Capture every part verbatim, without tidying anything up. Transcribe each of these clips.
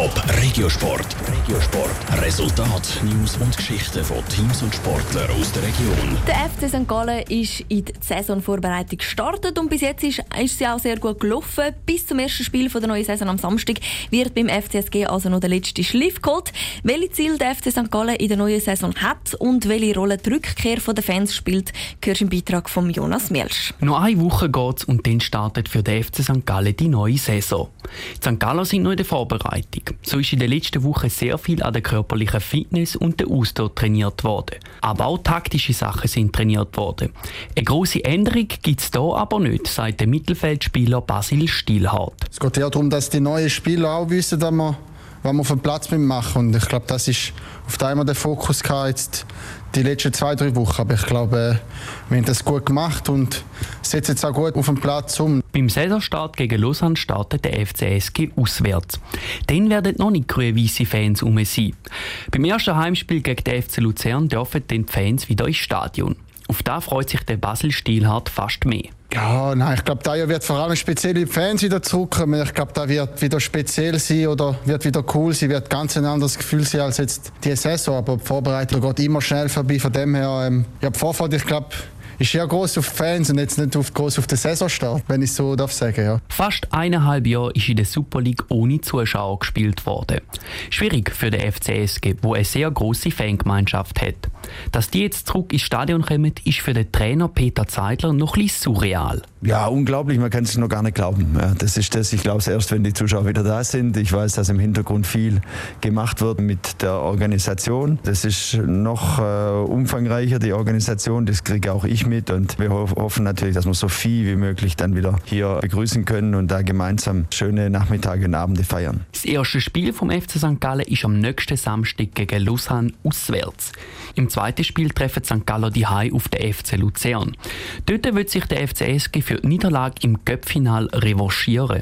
Top Regiosport. Regiosport. Resultat, News und Geschichten von Teams und Sportlern aus der Region. Der F C Sankt Gallen ist in die Saisonvorbereitung gestartet und bis jetzt ist, ist sie auch sehr gut gelaufen. Bis zum ersten Spiel der neuen Saison am Samstag wird beim F C S G also noch der letzte Schliff geholt. Welche Ziele der F C Sankt Gallen in der neuen Saison hat und welche Rolle die Rückkehr der Fans spielt, hörst du im Beitrag von Jonas Mielsch. Noch eine Woche geht's und dann startet für den F C Sankt Gallen die neue Saison. Die Sankt Galler sind noch in der Vorbereitung. So ist in den letzten Wochen sehr viel an der körperlichen Fitness und der Ausdauer trainiert worden. Aber auch taktische Sachen sind trainiert worden. Eine grosse Änderung gibt es hier aber nicht, sagt der Mittelfeldspieler Basil Stielhardt. Es geht eher darum, dass die neuen Spieler auch wissen, dass wir, was wir auf dem Platz machen. Und ich glaube, das ist auf einmal der Fokus gehabt, jetzt die letzten zwei, drei Wochen. Aber ich glaube, wir haben das gut gemacht und setzen jetzt auch gut auf den Platz um. Beim Saisonstart gegen Lausanne startet der F C S G auswärts. Dann werden noch nicht grün-weisse Fans herum sein. Beim ersten Heimspiel gegen den F C Luzern dürfen dann die Fans wieder ins Stadion. Auf das freut sich der Basil Stielhardt fast mehr. Ja, nein, ich glaube, da wird vor allem spezielle Fans wieder zurückkommen. Ich glaube, da wird wieder speziell sein oder wird wieder cool sein, wird ganz ein anderes Gefühl sein als jetzt die Saison. Aber die Vorbereitung geht immer schnell vorbei. Von dem her, ähm, ja, die Vorfreude, ich glaube, ist ja gross auf die Fans und jetzt nicht auf, gross auf den Saisonstart, wenn ich so darf sagen, ja. Fast eineinhalb Jahre ist in der Super League ohne Zuschauer gespielt worden. Schwierig für den F C S G, wo eine sehr grosse Fangemeinschaft hat. Dass die jetzt zurück ins Stadion kommen, ist für den Trainer Peter Zeidler noch ein bisschen surreal. Ja, unglaublich, man kann es noch gar nicht glauben. Ja, das ist das, ich glaube es erst, wenn die Zuschauer wieder da sind. Ich weiß, dass im Hintergrund viel gemacht wird mit der Organisation. Das ist noch äh, umfangreicher, die Organisation, das kriege auch ich mit. Und wir ho- hoffen natürlich, dass wir so viel wie möglich dann wieder hier begrüßen können und da gemeinsam schöne Nachmittage und Abende feiern. Das erste Spiel vom F C Sankt Gallen ist am nächsten Samstag gegen Lausanne auswärts. Im zweiten Spiel treffen Sankt Galler die Hai auf den F C Luzern. Dort wird sich der F C S G für die Niederlage im Cup-Final revanchieren.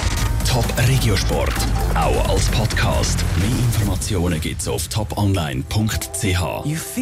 Top Regiosport. Auch als Podcast. Mehr Informationen gibt's auf top online punkt c h.